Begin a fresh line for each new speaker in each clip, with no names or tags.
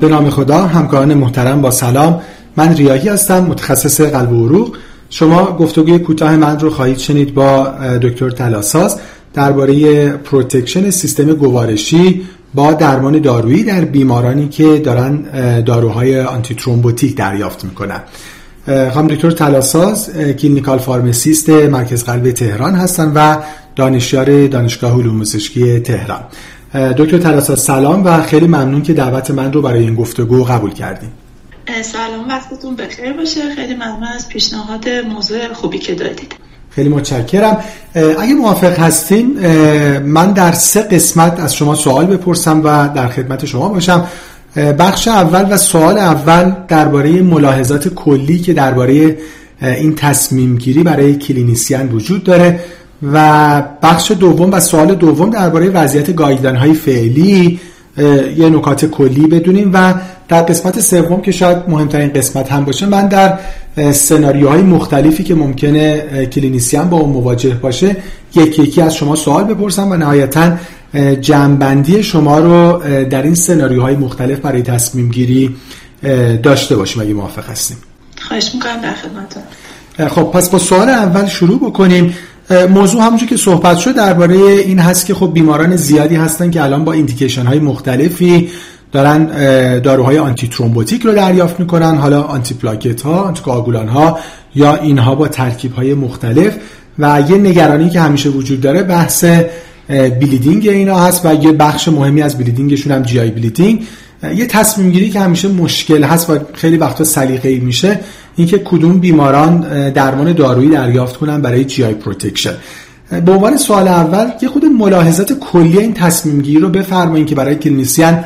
به نام خدا. همکاران محترم با سلام، من ریاحی هستم، متخصص قلب و عروق. شما گفتگوی کوتاه من رو خواهید شنید با دکتر طلاساز درباره پروتکشن سیستم گوارشی با درمان دارویی در بیمارانی که دارن داروهای آنتی ترومبوتیک دریافت میکنن. خانم دکتر طلاساز کلینیکال فارماسیست مرکز قلب تهران هستن و دانشیار دانشگاه علوم پزشکی تهران. دکتر طلاساز سلام و خیلی ممنون که دعوت من رو برای این گفتگو قبول کردیم.
سلام، وقتتون بخیر باشه. خیلی ممنون از پیشنهاد موضوع خوبی که دادید.
خیلی متشکرم. اگه موافق هستین من در 3 قسمت از شما سوال بپرسم و در خدمت شما باشم. بخش اول و سوال اول درباره ملاحظات کلی که درباره این تصمیم گیری برای کلینیسیان وجود داره و بخش دوم و سوال دوم درباره وضعیت گایدلاین های فعلی یه نکات کلی بدونیم و در قسمت سوم که شاید مهمترین قسمت هم باشه من در سناریوهای مختلفی که ممکنه کلینیسیان با اون مواجه باشه یکی یکی از شما سوال بپرسم و نهایتاً جمع‌بندی شما رو در این سناریوهای مختلف برای تصمیم گیری داشته باشیم اگه موافق هستیم.
خواهش میکنم، در خدمتتون.
خب پس با سوال اول شروع بکنیم. موضوع همونجور که صحبت شد درباره این هست که خب بیماران زیادی هستن که الان با ایندیکیشن های مختلفی دارن داروهای آنتی ترومبوتیک رو دریافت میکنن، حالا آنتی پلاکت ها، آنتی کوآگولان ها یا اینها با ترکیب های مختلف و یه نگرانی که همیشه وجود داره بحث بلیدینگ اینا هست و یه بخش مهمی از بلیدینگشون هم جی آی بلیدینگ. یه تصمیم گیری که همیشه مشکل هست و خیلی وقتا سلیقه‌ای میشه اینکه کدوم بیماران درمان دارویی دریافت کنن برای جی آی پروتکشن. به عنوان سوال اول یه خود ملاحظات کلی این تصمیم گیری رو بفرمایید که برای کلینیسیان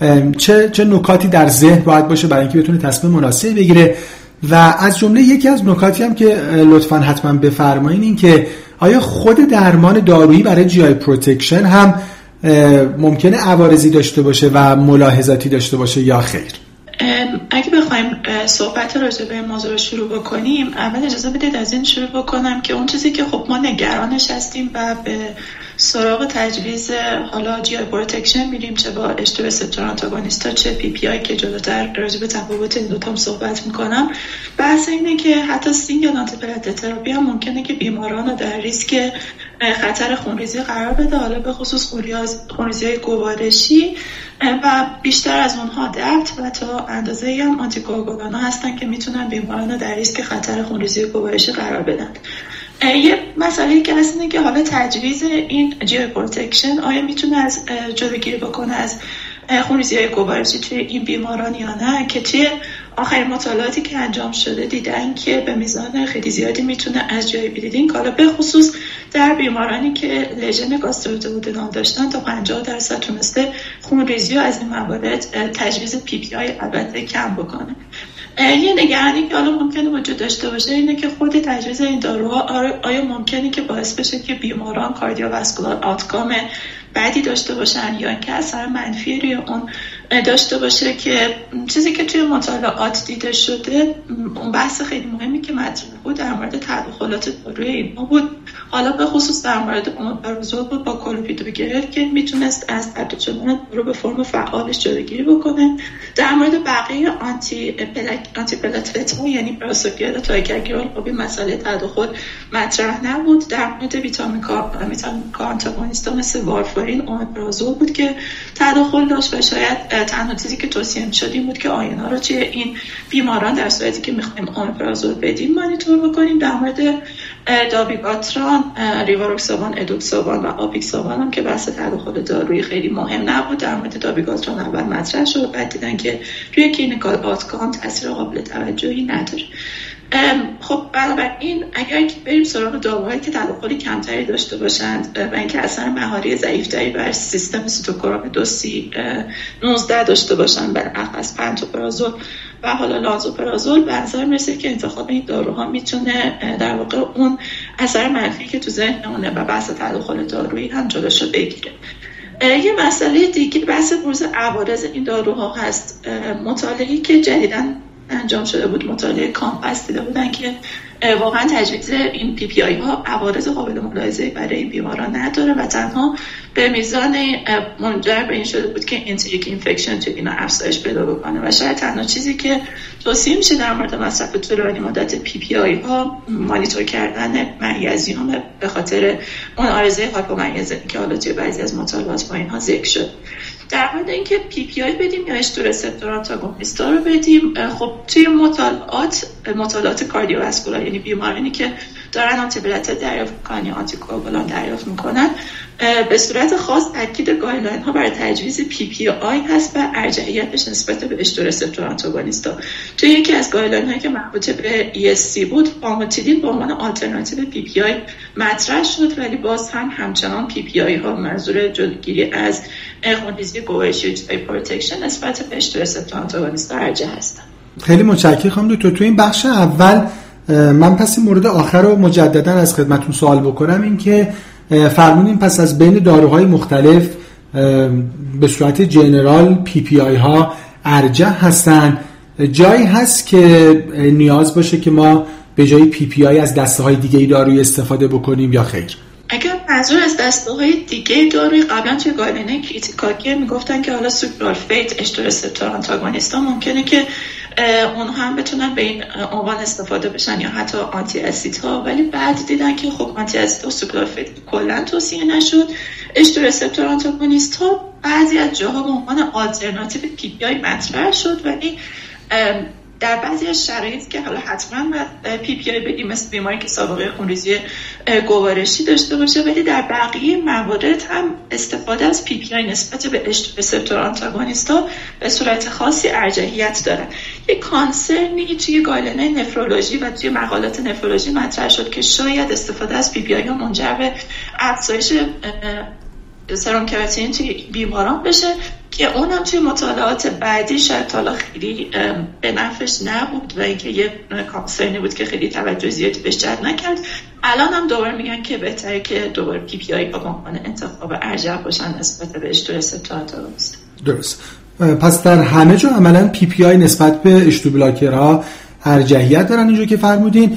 چه نکاتی در ذهن باید باشه برای اینکه بتونه تصمیم مناسبی بگیره و از جمله یکی از نکاتی هم که لطفاً حتما بفرمایید این که آیا خود درمان دارویی برای جی آی پروتکشن هم ممکنه عوارضی داشته باشه و ملاحظاتی داشته باشه یا خیر؟
اگه بخوایم صحبت راجع به این موضوع رو شروع بکنیم، اول اجازه بدید از این شروع بکنم که اون چیزی که خب ما نگرانش هستیم و به سراغ تجویز حالا جی آی پروتکشن میریم، چه با H2 ریسپتور آنتاگونیستا چه پی پی آی که جلوتر راجع به تفاوت این دو تا صحبت میکنم. بحث اینه که حتی سینگل آنتی پلاتلت تراپی هم ممکنه که بیماران رو در ریسک خطر خونریزی قرار بده، حالا به خصوص خونریزی‌های گوارشی و بیشتر از اونها دفت و تا اندازه‌ای هم آنتی کوآگولان‌ها هستن که میتونن بیماران رو در ریسک خطر خونریزی گوارشی قرار بدن. یه مسئله که هست اینه که حالا تجویز این جی آی پروتکشن آیا میتونه از جلوگیری بکنه از خونریزی‌های گوارشی توی این بیماران یا نه، که توی آخرین مطالعاتی که انجام شده دیدن که به میزان خیلی زیادی میتونه از جی آی بلیدینگ، حالا به خصوص در بیمارانی که لژن گاسترودودنال داشتن، تا 50% تونسته خونریزی رو از این موارد تجویز پی پی آی البته کم بکنه. یه نگرانی که حالا ممکنه وجود داشته باشه اینه که خود تجویز این داروها آیا ممکنه که باعث بشه که بیماران کاردیوواسکولار آوتکام بعدی داشته باشن یا اینکه اثر منفی روی اون داشته باشه، که چیزی که توی مطالعات دیده شده اون بحث خیلی مهمی که مطرح بود در مورد تداخلات دارویی اینا بود، حالا به خصوص در مورد اومپرازول بود با کلوپیدوگرل که میتونست از تبدیل شدن رو به فرم فعالش جلوگیری بکنه. در مورد بقیه آنتی پلاتلت ها یعنی پراسوگرل تا اگرگرال خب این مسئله تداخل مطرح نبود. در مورد ویتامین کا آنتاگونیستا مثل وارفارین، اومپرازول بود که تداخل داشت و شاید تنها چیزی که توصیه می‌شد این بود که آینا رو توی این بیماران در صورتی که می‌خوایم اومپرازول بدیم مانیتور بکنیم. در مورد دابیگاتران، ریواروکسابان، ادوکسابان و آپیکسابان هم که بحث تداخل دارویی خیلی مهم نبود. در مورد دابیگاتران اول مطرح شد، بعد دیدن که روی کلینیکال آوتکام تاثیر قابل توجهی نداره. خب بنابراین اگر بریم سراغ داروهایی که تداخل کمتری داشته باشند و اینکه اثر مهاری ضعیفتری بر سیستم سیتوکروم 2C19 داشته باشند، برعکس پنتوپرازول و حالا لانزوپرازول، به نظر میرسه که انتخاب این داروها میتونه در واقع اون اثر منفی که تو ذهنمونه و بحث تداخل دارویی هم جلوشو بگیره. یه مسئله دیگه بحث بروز عوارض این داروها هست. مطالعه‌ای که جدیداً انجام شده بود، مطالعه کامپس، دیده بودن که واقعا تجویز این PPI ها عوارض قابل ملاحظه‌ای برای این بیماران نداره و تنها به میزان منجر به این شده بود که انتریک اینفکشن تو اینا افزایش پیدا بکنه و شاید تنها چیزی که توصیه میشه در مورد مصرف طولانی مدت PPI ها مانیتور کردن مغنیزیم به خاطر اون عارضه هایپومگنیزمی که حالا توی بعضی از مطالعات با اینها ذکر شد. در مورد اینکه PPI بدیم یا H2 ریسپتور آنتاگونیست رو بدیم، خب توی مطالعات کاردیوواسکولار، یعنی بیمارانی که دارن آنتی‌پلاتلت دریافت میکنن یا آنتیکواگولان دریافت میکنن، به صورت خاص تاکید گایدلاین ها برای تجویز PPI هست و ارجحیتش نسبت به H2 ریسپتور آنتاگونیست ها. توی یکی از گایدلاین هایی که مربوط به ESC بود، فاموتیدین به عنوان آلترناتیو PPI مطرح شد، ولی باز همچنان PPI ها منظور جلوگیری از خونریزی گوارشی و جای پروتکشن نسبت به H2 ریسپتور آنتاگونیست ارجح هستن.
خیلی متشکرم خانم دکتر. تو این بخش اول من پس این مورد آخر رو مجددا از خدمتتون سوال بکنم، این که فرمودین پس از بین داروهای مختلف به صورت جنرال PPI ها ارجح هستن، جایی هست که نیاز باشه که ما به جای PPI از دسته‌های دیگه دارویی استفاده بکنیم یا خیر؟
اگر منظور از دسته‌های دیگه دارویی، قبلا توی گایدلاین کریتیکاکی میگفتن که حالا سوپرالفیت H2 ریسپتور آنتاگونیست ها ممکنه که اونها هم بتونن به این عنوان استفاده بشن یا حتی آنتی اسیدها، ولی بعد دیدن که خب آنتی اسید و سوپرالفیت کلا توصیه نشد. H2 ریسپتور آنتاگونیست ها بعضی از جاها به عنوان آلترناتیو PPI مطرح شد، ولی در بعضی از شرایط که حالا حتما PPI بدیم، مثل بیماری که سابقه خونریزی گوارشی داشته باشه، ولی در بقیه موارد هم استفاده از PPI نسبت به H2 ریسپتور آنتاگونیست ها به صورت خاصی ارجحیت دارن. یک کانسرنی توی گایدلاین نفرولوژی و توی مقالات نفرولوژی مطرح شد که شاید استفاده از PPI ها منجر به افزایش سرم کراتین توی بیماران بشه که اونم توی مطالعات بعدی شاید حالا خیلی به نفعش نبود و اینکه یه کانسرنی بود که خیلی توجه زیادی بهش جلب نکرد. الان هم دوباره میگن که بهتره که دوباره PPI ها به عنوان انتخاب ارجح باشن نسبت به H2 ریسپتور آنتاگونیست.
درست. پس در همه جا عملاً PPI نسبت به H2 بلاکرها ارجحیت دارن اینجا که فرمودین،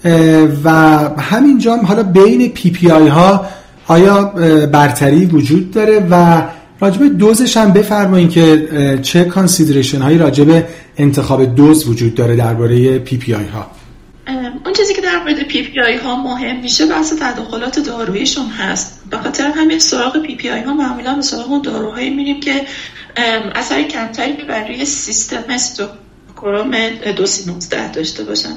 و همینجا حالا بین PPI ها آیا برتری وجود داره و راجب دوزش هم بفرمایید که چه کانسیدریشن هایی راجب انتخاب دوز وجود داره درباره PPI ها؟
اون چیزی که در مورد PPI ها مهم میشه بحث تداخلات داروییشون هست. به خاطر همین سراغ PPI ها معمولا به سراغ اون داروهایی میریم که اثر کمتری بر روی سیستم استوکروم 2C19 داشته باشن،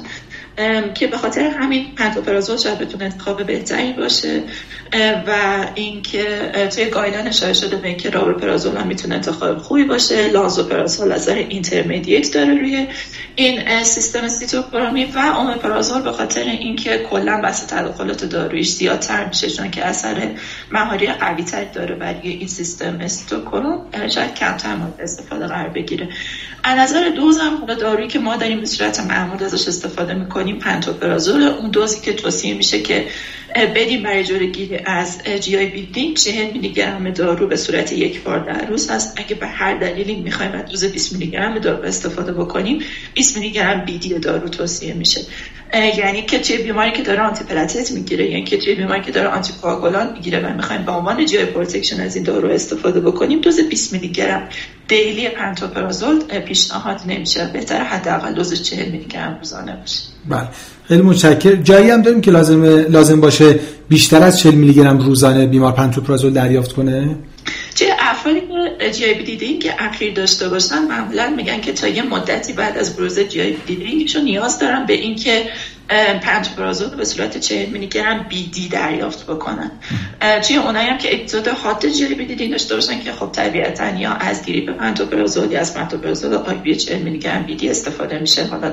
که به خاطر همین پنتوپرازول شاید بتونه انتخاب بهتری باشه و اینکه توی گایدلاین اشاره شده به اینکه رابرپرازول هم میتونه انتخاب خوبی باشه. لانزوپرازول اثر اینترمدییت داره روی این سیستم سیتوکرومی و اومپرازول به خاطر اینکه کلا بحث تداخلات داروییش زیادتر میشه، چون که اثر مهاری قوی‌تر داره برای این سیستم سیتوکروم، شاید کمتر مورد استفاده قرار بگیره. از نظر دوز هم حالا دارویی که ما داریم به صورت معمول ازش استفاده میکنیم پنتوپرازول، اون دوزی که توصیه میشه که بدیم برای جلوگیری از GIBD 40 میلی گرم دارو به صورت یک بار در روز هست. اگه به هر دلیلی میخوایم از دوز 20 میلی گرم دارو استفاده بکنیم 20 میلی گرم BD دارو توصیه میشه. یعنی که توی بیماری که داره آنتی پلاتلت میگیره، یعنی که توی بیماری که داره آنتی کوآگولان میگیره و میخوایم به عنوان جی پروتکشن از این دارو استفاده بکنیم، دوز 20 میلی گرم دیلی پنتوپرازول پیشنهاد نمیشه. بهتره حداقل دوز 40 میلی گرم روزانه باشه.
بله، خیلی متشکرم. جایی هم داریم که لازم باشه بیشتر از 40 میلی گرم روزانه بیمار پنتوپرازول دریافت کنه؟
چه افرادی که GIBD که اخیر داشته باشن معمولا میگن که تا یه مدتی بعد از بروز GIBD شون نیاز دارن به این که پنتوپرازول به صورت 40 میلی گرم BD دریافت بکنن. توی اونایی هم که اپیزود هات GIBD داشته باشن که خب طبیعتاً یا از گریپ پنتوپرازول یا از پنتوپرازول IV 40 میلی گرم BD استفاده میشه. حالا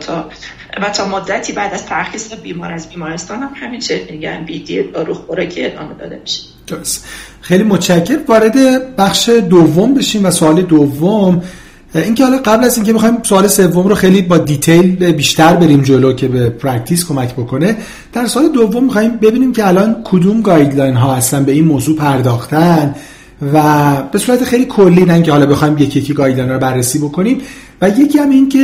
تا مدتی بعد از ترخیص بیمار از بیمارستان هم همین 40 میلی گرم BD دارو خوراکی ادامه داده میشه.
درست. خیلی متشکرم. وارد بخش دوم بشیم و سوال دوم اینکه حالا قبل از اینکه بخوایم سوال سوم رو خیلی با دیتیل بیشتر بریم جلو که به پرکتیس کمک بکنه، در سوال دوم می‌خوایم ببینیم که الان کدوم گایدلاین ها هستن به این موضوع پرداختن و به صورت خیلی کلی، نه که حالا بخوایم یکی یکی گایدلاین رو بررسی بکنیم، و یکی هم این که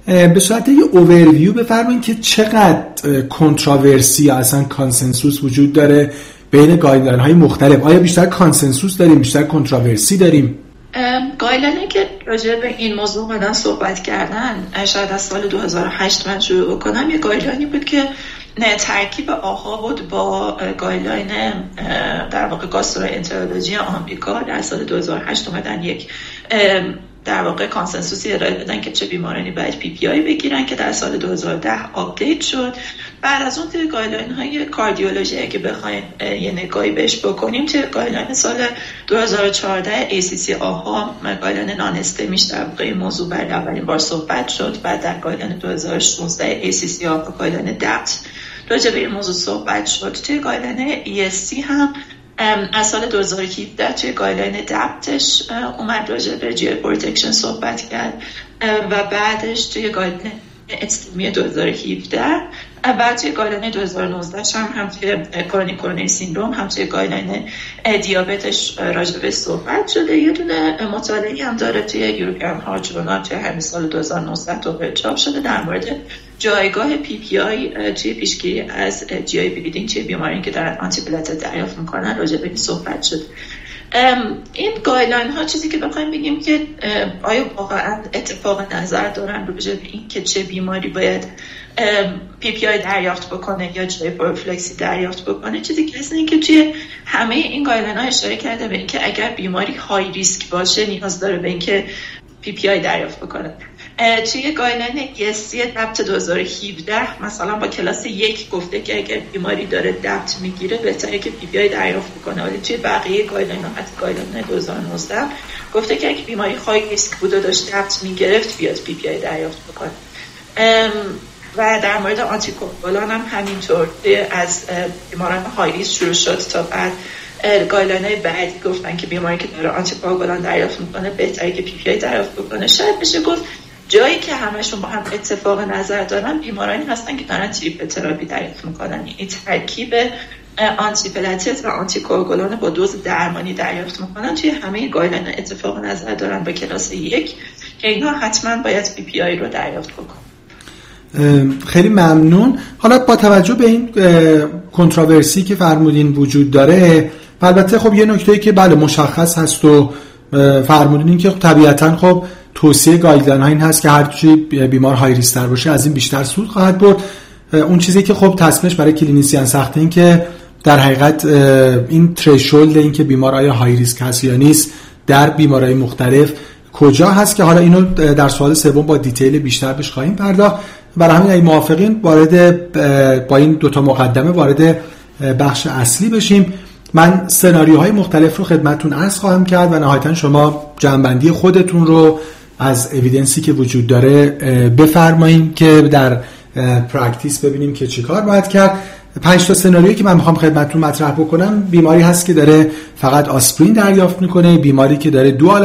به صورت یه اوورویو بفرمایید که چقدر کنتراورسی یا اصلا کانسنسوس وجود داره بین گایدلاین های مختلف. آیا بیشتر کانسنسوس داریم، بیشتر کنتراورسی داریم؟
گایدلاینی که راجع به این موضوع اومدن صحبت کردن، شاید از سال 2008 من شروع بکنم، یه گایدلاینی بود که ترکیب آها بود با گایدلاین در واقع گاستروانترولوژی آمریکا. در سال 2008 اومدن یک در واقع کانسنسوسی ارائه دادن که چه بیمارانی باید پی پی آی بگیرن که در سال 2010 آپدیت شد. بعد از اون توی گایدلاین های کاردیولوژی اگه بخوایم یه نگاهی بهش بکنیم، توی گایدلاین سال 2014 ACC آها گایدلاین نان استمیش در واقع این موضوع برای اولین بار صحبت شد. بعد در گایدلاین 2016 ACC آها گایدلاین دپت راجع به این موضوع صحبت شد. توی گایدلاین ESC هم از سال 2017 توی گایدلاین دپتش اومد راجع به جی پروتکشن صحبت کرد و بعدش توی گایدلاین استمی 2017 بعد توی گایدلاین 2019 هم توی کرونیک کورونری سیندروم هم توی گایدلاین دیابتش راجع به صحبت شده. یه دونه مطالعه‌ای هم داره توی یوروپیان هارت ژورنال توی همین سال 2019 توی چاپ شده در مورد جایگاه پی پی آی توی پیشگیری از جی آی بلیدینگ توی بیمارانی که دارن آنتی پلاتلت دریافت میکنن راجع به این صحبت شد. این گایدلاین ها چیزی که بخوایم بگیم که آیا واقعا اتفاق نظر دارن راجع به این که چه بیماری باید پی پی آی دریافت بکنه یا جای پروفیلاکسی دریافت بکنه، چیزی که هست این که توی همه این گایدلاین ها اشاره کرده به این که اگر بیماری های ریسک باشه نیاز داره به این که پی پی آی دریافت بکنه. توی گایدلاین ESC دپت 2017 مثلا با کلاس 1 گفته که اگر بیماری داره دپت میگیره بهتره که پی پی آی دریافت بکنه، ولی توی بقیه گایدلاین ها حتی گایدلاین 2019 گفته که اگه بیماری های ریسک بود و داشت دپت میگرفت بیاد پی پی آی دریافت بکنه. و در مورد آنتیکوگولان هم همینطور از بیماران های ریسک شروع شد تا بعد گایدلاین های بعدی گفتن که بیماری که داره آنتیکوگولان دریافت میکنه بهتره که پی پی آی دریافت بکنه. شاید بشه گفت جایی که همشون با هم اتفاق نظر دارن بیمارانی هستن که دارن تریپل تراپی دریافت میکنن، یعنی ترکیب آنتی پلاتلت و آنتی کوآگولان با دوز درمانی دریافت میکنن. توی همه گایدلاین اتفاق نظر دارن با کلاس 1 که اینها حتما باید پی پی آی رو دریافت بکنن.
خیلی ممنون. حالا با توجه به این کنتراورسی که فرمودین وجود داره، البته خب یه نکته‌ای که بله مشخص هست و فرمودین این که طبیعتاً خب توصیه گایدلاین ها این هست که هر چی بیمار های ریسک تر باشه از این بیشتر سود خواهد برد. اون چیزی که خب تصمیمش برای کلینیسیان سخته این که در حقیقت این ترشولد این که بیمار آیا های ریسک هست یا نیست در بیمارهای مختلف کجا هست که حالا اینو در سوال سوم با دیتیل بیشتر بهش خواهیم پرداخت. برای همین اگه موافقین وارد با این دوتا مقدمه وارد بخش اصلی بشیم. من سناریوهای مختلف رو خدمتتون عرض خواهم کرد و نهایتاً شما جمع‌بندی خودتون رو از اویدنسی که وجود داره بفرمایید که در پرکتیس ببینیم که چیکار باید کرد. 5 تا سناریویی که من میخوام خدمتتون مطرح بکنم، بیماری هست که داره فقط آسپرین دریافت میکنه، بیماری که داره دوال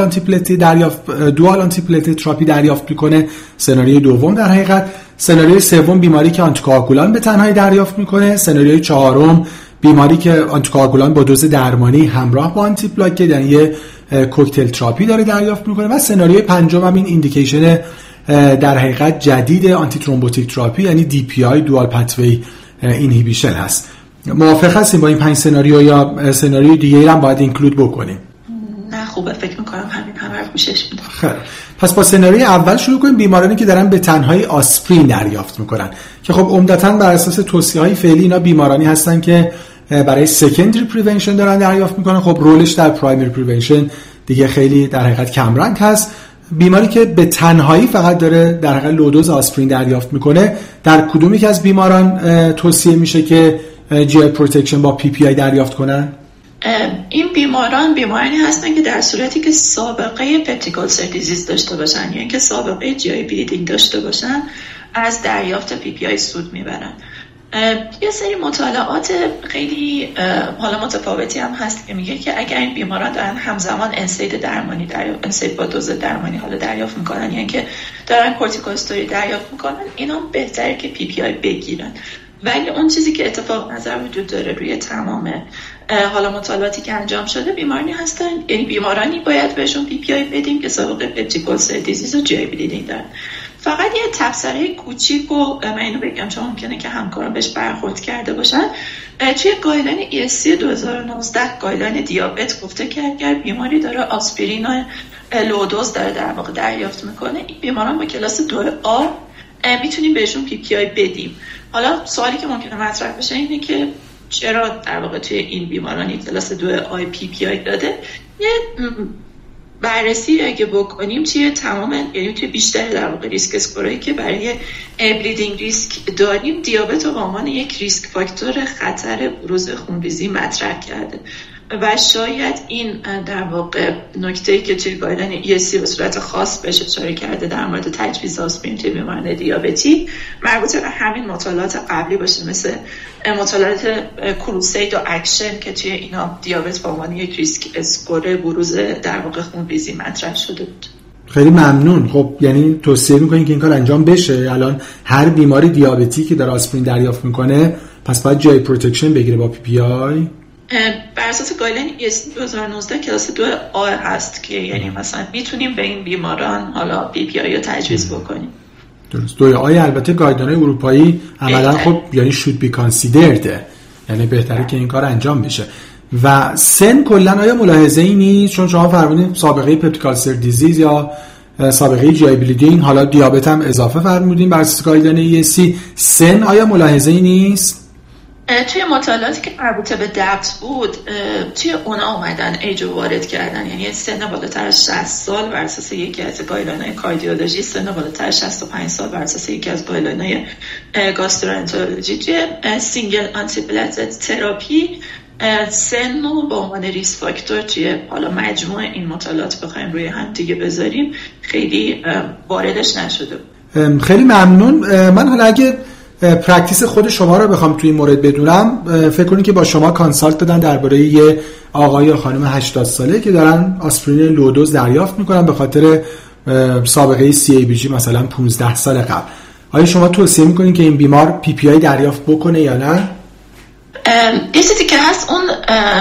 آنتی پلتلت تراپی دریافت میکنه، سناریوی دوم در حقیقت، سناریوی سوم بیماری که آنتیکواگولان به تنهایی دریافت میکنه، سناریوی چهارم بیماری که آنتیکواگولان با دوز درمانی همراه با آنتی پلاکت یعنی یه کوکتل تراپی داره دریافت میکنه و سناریوی پنجم هم این ایندیکیشن در حقیقت جدید آنتی ترومبوتیک تراپی یعنی دی پی آی دوال پاتوی اینهیبیشن هست. موافق هستیم با این 5 سناریو یا سناریو دیگه هم باید اینکلود بکنیم؟
نه خوبه، فکر میکنم همین هم گوشش میده.
خیلی پس با سناریوی اول شروع کنیم. بیمارانی که دارن به تنهایی آسپرین دریافت میکنن که خب عمدتاً بر اساس توصیه‌های فعلی اینا بیمارانی هستن که برای سکندری پریونشن دارن دریافت میکنن. خب رولش در پرایمری پریونشن دیگه خیلی در حقیقت کم رنگ هست. بیماری که به تنهایی فقط داره در حقیقت لودوز آسپرین دریافت میکنه، در کدومی که از بیماران توصیه میشه که جی آی پروتکشن با پی پی آی دریافت کنن؟
این بیمارانی هستن که در صورتی که سابقه پپتیک ألسر دیزیز داشته باشن یا اینکه سابقه جی آی بلیدینگ داشته باشن از دریافت پی پی آی سود میبرن. یه سری مطالعات خیلی حالا متفاوتی هم هست که میگه که اگر این بیماران دارن همزمان انسید درمانی انسید با دوز درمانی حالا دریافت میکنن یا اینکه دارن کورتیکوستروئید دریافت میکنن، اینا بهتره که پی پی آی بگیرن. ولی اون چیزی که اتفاق نظر وجود داره روی تمام حالا مطالعاتی که انجام شده، بیمارانی هستن یعنی بیمارانی باید بهشون پی پی آی بدیم که سابقه پپتیک ألسر دیزیز و جی آی بلیدینگ دارن. فقط یه تبصره کوچیک و من اینو بگم چون ممکنه که همکاران بهش برخورد کرده باشن. توی گایدلاین ESC 2019 گایدلاین دیابت گفته که اگر بیماری داره آسپرین لودوز داره در واقع دریافت میکنه، این بیماران با کلاس 2A میتونیم بهشون PPI بدیم. حالا سوالی که ممکنه مطرح بشه اینه که چرا در واقع توی این بیماران کلاس 2A PPI داده. یه بررسی اگه بکنیم توی تمام، یعنی توی بیشتر در واقع ریسک اسکورایی که برای بلیدینگ ریسک داریم، دیابت رو به عنوان یک ریسک فاکتور خطر بروز خونریزی مطرح کرده و شاید این در واقع نکته‌ای که توی گایدلاین ESC به صورت خاص بهش اشاره کرده در مورد تجویز آسپرین توی بیماران دیابتی مربوط به همین مطالعات قبلی باشه، مثل مطالعات کروسید و اکشن که توی اینا دیابت به عنوان یک ریسک اسکور بروز در واقع خونریزی مطرح شده بود.
خیلی ممنون. خب یعنی توصیه میکنین که این کار انجام بشه. الان هر بیماری دیابتی که داره آسپرین دریافت میکنه پس باید جای پروتکشن بگیره با PPI؟
بر اساس گایدلاین ESC 2019 کلاس 2A هست که یعنی مثلا میتونیم به این بیماران حالا PPI رو تجویز بکنیم.
درست. 2A البته گایدلاین اروپایی عملا خب یعنی should be considered، یعنی بهتره که این کار انجام بشه. و سن کلا آیا ملاحظه ای نیست؟ چون شما فرمودین سابقه پپتیک آلسر دیزیز یا سابقه جی بلیدینگ، حالا دیابت هم اضافه فرمودین بر اساس گایدلاین ESC، سن آیا ملاحظه ای نیست؟
توی مطالعاتی که مربوط به دبت بود توی اونا اومدن ایجو وارد کردن، یعنی سن بالاتر از 60 سال بر اساس یکی از گایدلاین‌های کاردیولوژی، سن بالاتر از 65 سال بر اساس یکی از گایدلاین‌های گاسترونترولوژی. توی سینگل آنتی پلاتلت تراپی سن رو به عنوان ریسک فاکتور توی حالا مجموع این مطالعات بخوایم روی هم دیگه بذاریم خیلی واردش نشده.
خیلی ممنون. من حالا اگه پرکتیس خود شما رو بخوام توی این مورد بدونم، فکر کنید که با شما کانسالت دادن درباره یه آقای یا خانم 80 ساله که دارن آسپرین لودوز دریافت میکنن به خاطر سابقه CABG مثلا 15 سال قبل. آیا شما توصیه میکنین که این بیمار PPI دریافت بکنه یا نه؟
یه چیزی که هست، اون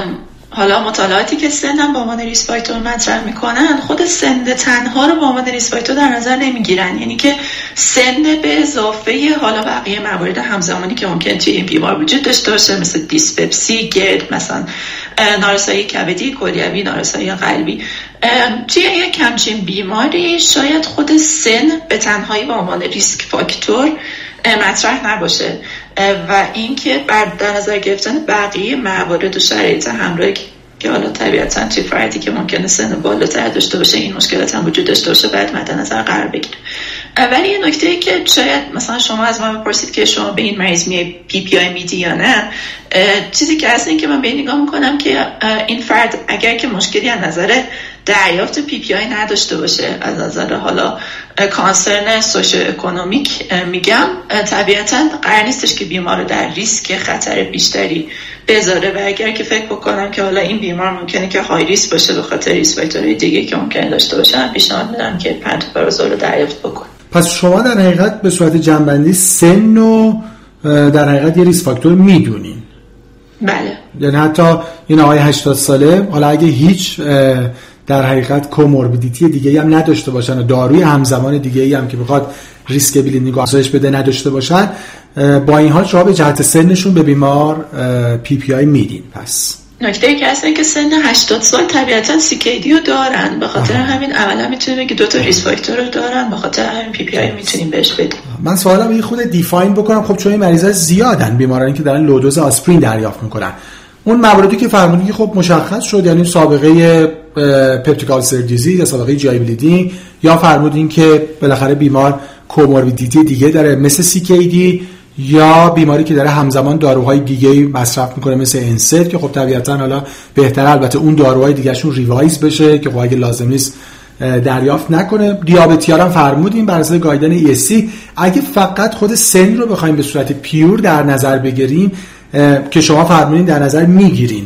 حالا مطالعاتی که سن هم با عنوان ریسک فاکتور مطرح میکنن خود سن تنها رو با عنوان ریسک فاکتور در نظر نمیگیرن، یعنی که سن به اضافه حالا بقیه موارد همزمانی که ممکن توی این بیمار وجود داشته باشه، مثل دیسپپسی، گرد، مثلا نارسایی کبدی، کلیوی، نارسایی قلبی. توی یک همچین بیماری شاید خود سن به تنهایی با عنوان ریسک فاکتور مطرح نباشه و اینکه در نظر گرفتن بقیه موارد و شرایط همراهی که حالا طبیعتاً توی فردی که ممکنه سن بالاتر داشته باشه این مشکلات هم وجود داشته باشه باید مد نظر قرار بگیره. ولی یه نکته که شاید مثلا شما از من بپرسید که شما به این مریض PPI میدی یا نه، چیزی که هست این که من به این نگاه میکنم که این فرد اگر که مشکلی از نظر دریافت PPI نداشته باشه، از نظر حالا کانسرن سوشیو اکونومیک میگم، طبیعتاً قرار نیستش که بیمار در ریسک خطر بیشتری بذاره و اگر که فکر بکنم که حالا این بیمار ممکنه که های ریسک باشه به خاطر ریسک فاکتورهای دیگه که ممکنه داشته باشه، پیشنهاد میدم که پنتوپرازول رو دریافت بکنه.
پس شما در حقیقت به صورت جنبندی سن رو در حقیقت یه ریسک فاکتور میدونین؟
بله.
یعنی حتی این آقای 80 ساله حالا اگه هیچ در حقیقت کوموربیدیتی دیگه هم نداشته باشن و داروی همزمان دیگه هم که بخواد ریسک بلیدینگ افزایش بده نداشته باشن، با این حال شما به جهت سنشون به بیمار PPI میدین. پس
نکته که هست که سن 80 سال طبیعتاً CKD رو دارن، به خاطر همین عملا میتونیم بگیم 2 تا ریسک فاکتور رو دارن، به خاطر همین PPI میتونیم بهش بدیم. من
سوالم یه خود دیفاین بکنم. خب چون این مریضا زیادن، بیمارانی که دارن لودوز آسپرین دریافت میکنن، اون مواردی که فرمودید که خب مشخص شد، یعنی سابقه پپتیک آلسر دیزیز یا سابقه جی بلیدینگ، یا فرمودین که بالاخره بیمار کوموربیدیتی دیگه داره مثل CKD، یا بیماری که داره همزمان داروهای دیگه مصرف میکنه مثل انسد که خب طبیعتا حالا بهتره البته اون داروهای دیگه شون ریوایز بشه که خب اگه لازم نیست دریافت نکنه. دیابتی‌ها هم فرمودیم بر اساس گایدلاین ESC. اگه فقط خود سن رو بخوایم به صورت پیور در نظر بگیریم که شما فرمودین در نظر میگیرین،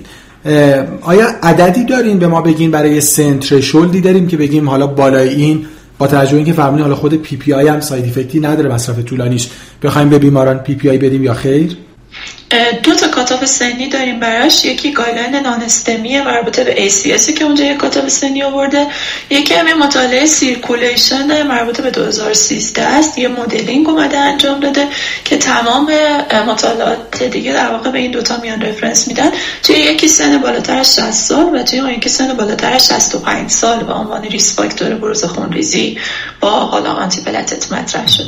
آیا عددی دارین به ما بگین برای سن، ترشولدی داریم که بگیم حالا بالای این با توجه اینکه فرمودین حالا خود PPI هم ساید افکتی نداره مصرف طولانیش، بخوایم به بیماران PPI بدیم یا خیر؟
دو تا کاتاف سنی داریم براش. یکی گایدلاین نان استمیه مربوط به ACS که اونجا یک کاتاف سنی آورده، یکی هم مطالعه سیرکولیشن مربوط به 2013 است. یه مدلینگ اومده انجام داده که تمام مطالعات دیگه در واقع به این دوتا میان رفرنس میدن. توی یکی سن بالاتر از 60 سال و توی یکی سن بالاتر از 65 سال به عنوان ریسک فاکتور بروز خونریزی با حالا آنتی پلتت مطرح شده.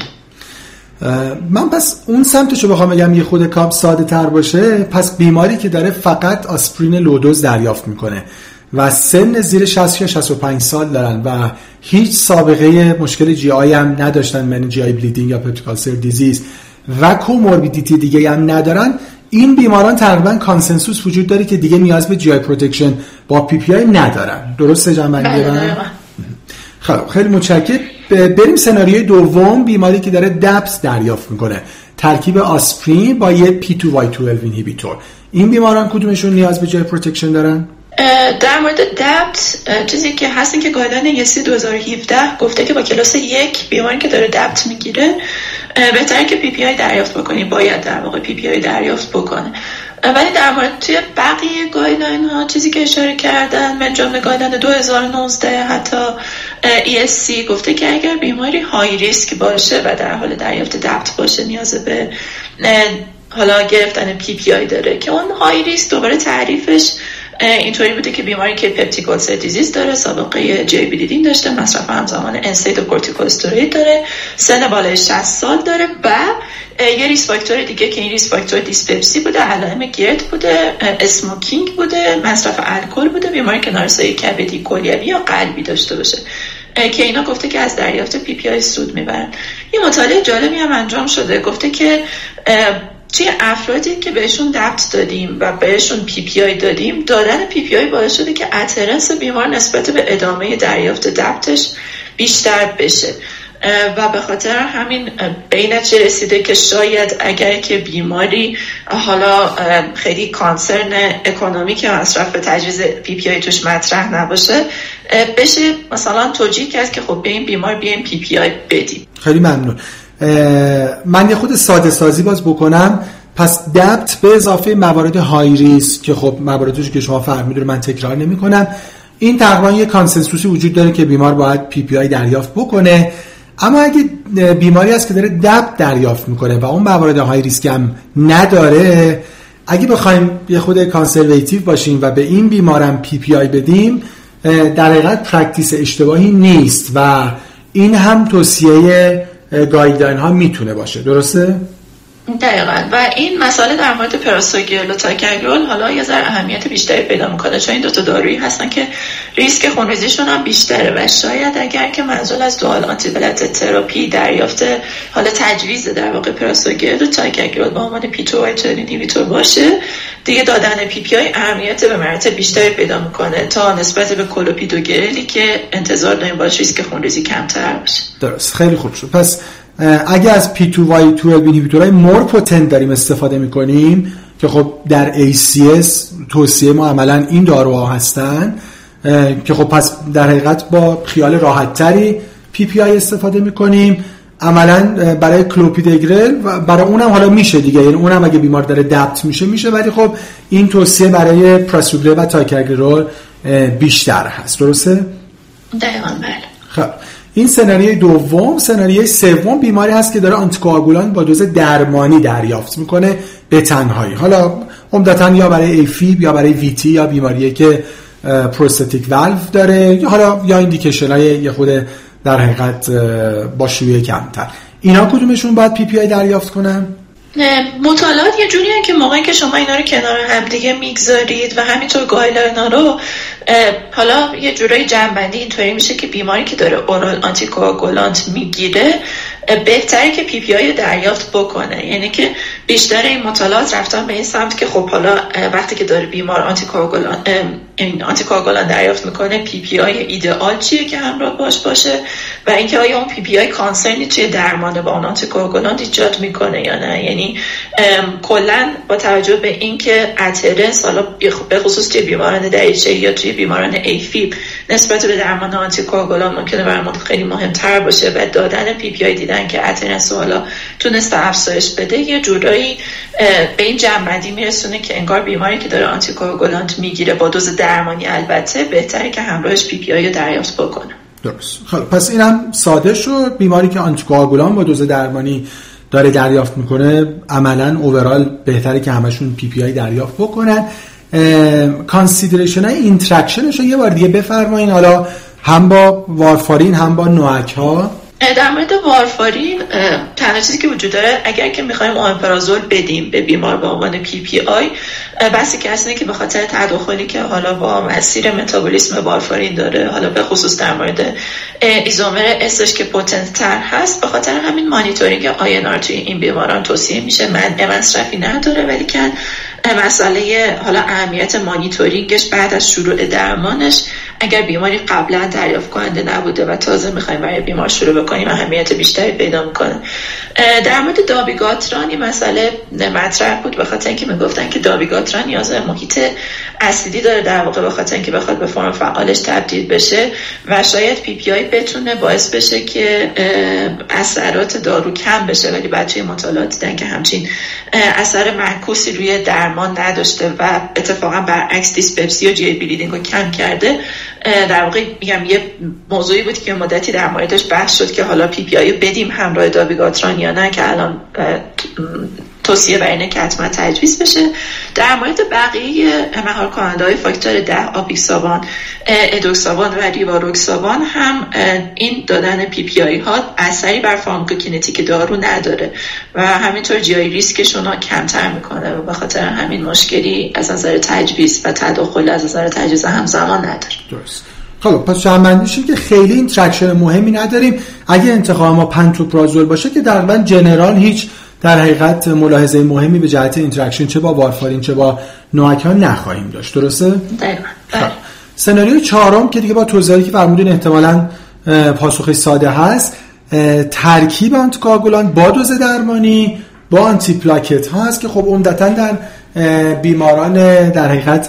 من پس اون سمتشو بخوام بگم یه خود کام ساده تر باشه، پس بیماری که داره فقط آسپرین لودوز دریافت میکنه و سن زیر 60 یا 65 سال دارن و هیچ سابقه مشکل جی آی هم نداشتن، یعنی جی آی بلیدینگ یا پپتیک آلسر دیزیز و کوموربیدیتی دیگه هم ندارن، این بیماران تقریبا کانسنسوس وجود داره که دیگه نیاز به جی آی پروتکشن با پی پی آی ندارن. درسته جنبندی من؟ خب خیلی متشکرم. بریم سناریوی دوم، بیماری که داره دبت دریافت میکنه، ترکیب آسپرین با یه P2Y12 اینهیبیتور. این بیماران کدومشون نیاز به جای پروتکشن دارن؟
در مورد دبت چیزی که هست این که گایدلاین یسی 2017 گفته که با کلاس 1 بیماری که داره دبت میگیره بهتره که پی پی آی دریافت بکنی، باید در واقع پی پی آی دریافت بکنه. ولی در مورد توی بقیه گایدلاین ها چیزی که اشاره کردن، من جمله گایدلاین 2019 حتی ESC گفته که اگر بیماری های ریسک باشه و در حال دریافت دبت باشه نیاز به حالا گرفتن پی پی آی داره، که اون های ریسک دوباره تعریفش اینطوری بوده که بیماری که پپتیک آلسر دیزیز داره، سابقه جی بلیدینگ داشته، مصرف همزمان انستید و کورتیکوستروید داره، سن بالای 60 سال داره و یه ریسک فاکتور دیگه که این ریسک فاکتور دیسپپسی بوده، علائم گرد بوده، اسموکینگ بوده، مصرف الکل بوده، بیماری که نارسایی کبدی، کلیوی یا قلبی داشته باشه که اینا گفته که از دریافت پی پی آی سود میبرن. یه مطالعه جالبی هم انجام شده، گفته که توی افرادی که بهشون دبت دادیم و بهشون پی پی آی دادیم، دادن پی پی آی باعث شده که ادهرنس بیمار نسبت به ادامه دریافت دبتش بیشتر بشه و به خاطر همین به این نتیجه رسیده که شاید اگر که بیماری حالا خیلی کانسرن اکونومیک مصرف تجویز پی پی آی توش مطرح نباشه، بشه مثلا توجیه کرد که خب به این بیمار بیایم پی پی آی بدیم.
خیلی ممنون. من یه خود ساده سازی باز بکنم. پس دبت به اضافه موارد های ریسک که خب مواردش که شما فهمیدید رو من تکرار نمی کنم، این تقریبا یه کانسنسوسی وجود داره که بیمار باید پی پی آی دریافت بکنه. اما اگه بیماری هست که داره دبت دریافت میکنه و اون موارد های ریسک هم نداره، اگه بخوایم یه خود کانسرواتیو باشیم و به این بیمارم پی پی آی بدیم، در حقیقت پرکتیس اشتباهی نیست و این هم توصیه گایدلاین ها میتونه باشه. درسته؟
دقیقاً. و این مسئله در مورد پراسوگرل و تاکاگرول حالا یه ذره اهمیت بیشتری پیدا میکنه، چون این دوتا دارویی هستن که ریسک خونریزیشون هم بیشتره و شاید اگر که منظور از دوال آنتی پلتت تراپی دریافت حالا تجویز در واقع پراسوگرل و تاکاگرول با عنوان P2Y12 اینهیبیتور باشه، دیگه دادن پی پی آی اهمیت به مراتب بیشتری پیدا میکنه تا نسبت به کلوپیدوگرلی که انتظار داریم باشه ریسک خونریزی کمتر باشه.
درست، خیلی خوب شد. پس اگه از P2Y12 اینهیبیتورهای مور پوتنت داریم استفاده میکنیم که خب در ACS توصیه ما عملا این داروها هستن که خب پس در حقیقت با خیال راحت تری پی پی آی استفاده میکنیم. عملا برای کلوپیدوگرل و برای اونم حالا میشه دیگه، یعنی اونم اگه بیمار داره دبت میشه، ولی خب این توصیه برای پراسوگرل و تاکاگرول بیشتر هست. درسته؟
دقیقاً بله.
خب این سناریوی دوم. سناریوی سوم بیماری هست که داره آنتیکواگولان با دوز درمانی دریافت میکنه به تنهایی، حالا عمدتاً یا برای ایفیب یا برای ویتی یا بیماریه که پروستاتیک والو داره، حالا یا ایندیکیشن‌های یه خود در حقیقت با شیوع کمتر. اینا کدومشون باید پی پی آی دریافت کنن؟
مطالعات یه جوری هست که موقعی که شما اینا رو کنار هم دیگه میگذارید و همینطور گایدلاین رو حالا یه جورایی جنبندی اینطوری میشه که بیماری که داره اورال آنتیکواگولانت میگیره بهتره که پی پی آی دریافت بکنه، یعنی که بیشتر این مطالعات رفتن به این سمت که خب حالا وقتی که داره بیمار آنتیکواگولان دریافت میکنه پی پی آی ایدئال چیه که همراه باشه و اینکه آیا اون پی پی آی کانسرنی چیه درمان با اون آنتیکواگولانت ایجاد میکنه یا نه. یعنی کلا با توجه به اینکه ادهرنس حالا به خصوص توی بیماران دریچه‌ای یا توی بیماران ایفیب نسبت به درمان آنتیکواگولان ممکنه برای ما خیلی مهمتر باشه و دادن پی پی آی دیدن که اترنس حالا تونسته افزایش بده یه جورایی به این جنبندی میرسونه که انگار بیماری که داره آنتیکواگولانت میگیره با دوز درمانی البته بهتره که همراهش پی پی آی رو دریافت بکنه.
درست. خب پس اینم ساده شد. بیماری که آنتیکواگولان با دوز درمانی داره دریافت میکنه عملاً اوورال بهتره که همشون پی پی آی دریافت بکنن. کانسیدریشن های اینتراکشنش رو یه بار دیگه بفرمایین، حالا هم با وارفارین هم با نوآک ها.
در مورد وارفارین تنها چیزی که وجود داره اگر که میخوایم اومپرازول بدیم به بیمار به عنوان پی پی آی بسی که اصلا که به خاطر تداخلی که حالا با مسیر متابولیسم وارفارین داره، حالا به خصوص در مورد ایزومر اسش که پوتنت تر هست، به خاطر همین مانیتورینگ INR توی این بیماران توصیه میشه. منع مصرفی نداره ولی که مسئله حالا اهمیت مانیتورینگش بعد از شروع درمانش اگر بیماری قبلا دریافت کننده نبوده و تازه میخوایم برای بیمار شروع بکنیم اهمیت بیشتری پیدا میکنه. در مورد دابیگاتران این مسئله مطرح بود به خاطر اینکه میگفتن که دابیگاتران نیاز به محیط اسیدی داره در واقع به خاطر اینکه بخواد به فرم فعالش تبدیل بشه و شاید پی پی آی بتونه باعث بشه که اثرات دارو کم بشه، ولی بچه مطالعات دیدن که همچین اثر معکوسی روی درمان نداشته و اتفاقا برعکس دیسپپسی و جی بلیدینگ رو کم کرده. در واقع میگم یه موضوعی بود که مدتی در موردش بحث شد که حالا پی پی آی بدیم همراه دابیگاتران یا نه، که الان توصیه بر اینه که حتما تجویز بشه. در مورد بقیه مهار کننده های فاکتور 10 آپیکسابان، ادوکسابان و ریواروکسابان هم این دادن پی پی آی ها اثری بر فارماکوکینتیک دارو نداره و همینطور جی آی ریسکشون ها کمتر میکنه و به خاطر همین مشکلی از نظر تجویز و تداخل از نظر تجویز همزمان نداره. درست.
خب پس جمع‌بندیش که خیلی اینتراکشن مهمی نداریم. اگه انتخاب ما پنتوپرازول باشه که تقریبا جنرال هیچ در حقیقت ملاحظه مهمی به جهت اینتراکشن چه با وارفارین چه با نوآک ها نخواهیم داشت. درسته؟
دقیقاً.
سناریوی چهارم که دیگه با توضیحاتی که فرمودین احتمالاً پاسخی ساده هست، ترکیب آنتیکواگولان با دوز درمانی با آنتی پلاکت ها هست که خب عمدتاً در بیماران در حقیقت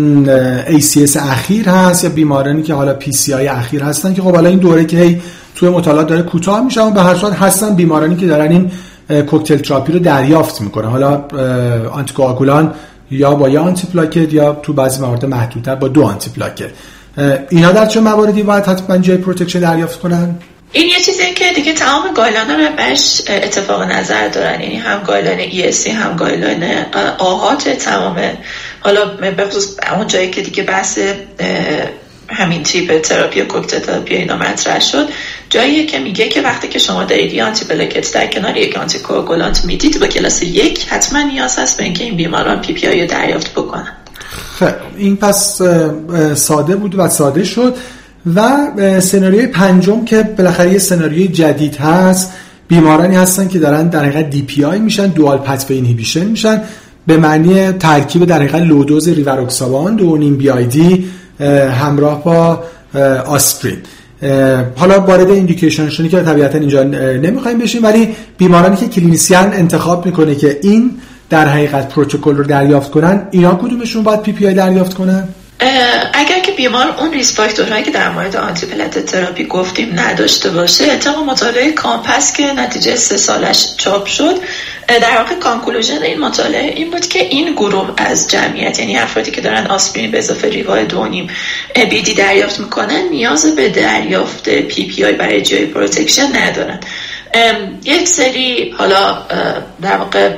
ACS اخیر هست یا بیمارانی که حالا PCI اخیر هستن که خب حالا این دوره که توی مطالعات داره کوتاه میشه و به هر صورت هستن بیمارانی که دارن این کوکتل تراپی رو دریافت میکنه، حالا آنتیکواگولان یا با یه آنتی پلاکت یا تو بعضی موارد محدودتر با 2 آنتی پلاکت. اینا در چه مواردی باید حتما جای پروتکشن دریافت کنن؟
این یه چیزیه که دیگه تمام گایدلاین‌ها رو بهش اتفاق نظر دارن، یعنی هم گایدلاین ESC هم گایدلاین آهات تمام، حالا به خصوص اون جایی که دیگه بحث همین تیپ تراپی و کوکتل تراپی اینا مطرح شد، جاییه که میگه که وقتی که شما دارید یه آنتی پلاکت در کنار یک آنتی کوآگولانت میدید با کلاس 1 حتما نیاز هست به اینکه این بیماران پی پی آی رو دریافت بکنن.
خب این پس ساده بود و ساده شد. و سناریوی پنجم که بالاخره یه سناریوی جدید هست، بیمارانی هستن که دارن در حقیقت دی پی آی میشن، دوال پتوی اینهیبیشن میشن، به معنی ترکیب در حقیقت لودوز ریواروکسابان 2.5 بی آی دی همراه با آسپرین. حالا وارد ایندیکیشنشونی که طبیعتا اینجا نمیخوایم بشیم، ولی بیمارانی که کلینیسیان انتخاب میکنه که این در حقیقت پروتکل رو دریافت کنن، اینا کدومشون باید پی پی آی دریافت کنن؟
اگر که بیمار اون ریسک فاکتورهایی که در مورد آنتی پلاتت تراپی گفتیم نداشته باشه، طبق مطالعه کامپس که نتیجه 3 سالش چاپ شد، در واقع کانکلوژن این مطالعه این بود که این گروه از جمعیت، یعنی افرادی که دارن آسپرین به اضافه ریوای 2.5 بی دی دریافت میکنن، نیاز به دریافت پی پی آی برای جی پروتکشن ندارن. یک سری حالا در واقع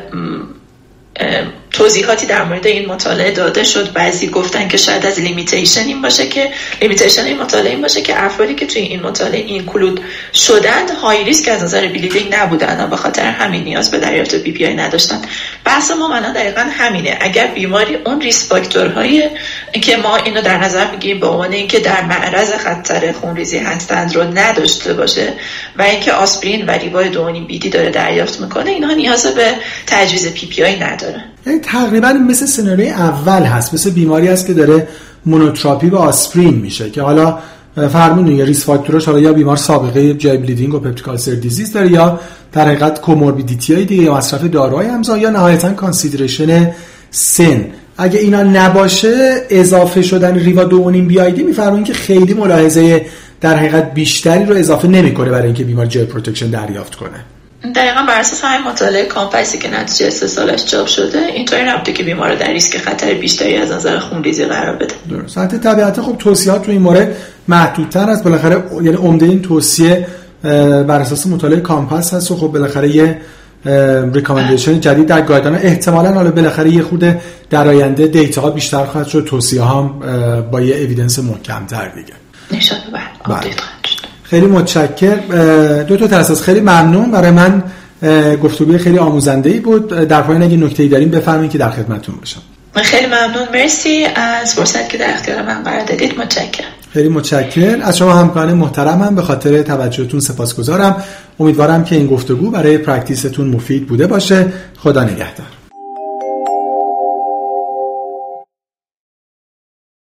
توضیحاتی در مورد این مطالعه داده شد. بعضی گفتن که شاید از لیمیتیشن این مطالعه این باشه که افرادی که توی این مطالعه اینکلود شدند های ریسک از نظر بلیدینگ نبودن و به خاطر همین نیاز به دریافت پی پی آی نداشتن. بحث ما معنا دقیقاً همینه. اگر بیماری اون ریسک فاکتورهای که ما اینو در نظر میگیریم به عنوان اینکه در معرض خطر خونریزی هستند رو نداشته باشه و اینکه آسپرین و ریوای 2.5 بی دی داره دریافت میکنه، اینها نیاز به تجویز پی پی آی نداره.
یعنی تقریبا مثل سناریوی اول هست، مثل بیماری هست که داره مونوتراپی با آسپرین میشه که حالا فرمودین یا ریس فاکتورش حالا یا بیمار سابقه جای بلیدینگ و پپتیک آلسر دیزیز داره یا در حقیقت کوموربیدیتی های دیگه یا مصرف داروهای همزمان یا نهایتا کانسیدریشن سن اگه اینا نباشه اضافه شدن ریوا 2.5 BID میفرمایید که خیلی ملاحظه در حقیقت بیشتری رو اضافه نمیکنه برای اینکه بیمار جل پروتکشن دریافت کنه.
دقیقاً بر اساس همین مطالعه کامپکسی که نتیجه 3 سالش چاپ شده اینطوری نبوده که بیمار در ریسک خطر بیشتری از نظر خونریزی قرار بده. درست.
البته طبیعتا خب توصیهات تو این مورد محدودتر است، بالاخره یعنی عمده این توصیه بر اساس مطالعه کامپس هست و خب بالاخره یه ریکامندیشن جدید در گایدلاین احتمالاً حالا بالاخره یه خورده در آینده دیتا بیشتر خواهد شد، توصیه هم با یه اوییدنس محکم‌تر دیگه
ان شاء الله.
خیلی متشکرم دکتر ترساس، خیلی ممنون. برای من گفتگوی خیلی آموزنده‌ای بود. در پایان اگه نکته‌ای دارین بفرمایید که در خدمتتون باشم.
من خیلی ممنون، مرسی از فرصت که در اختیار من قرار دادید. متشکرم.
خیلی متشکرم از شما همکاران محترمم، به خاطر توجهتون سپاسگزارم. امیدوارم که این گفتگو برای پرکتیستون مفید بوده باشه. خدا نگهدار.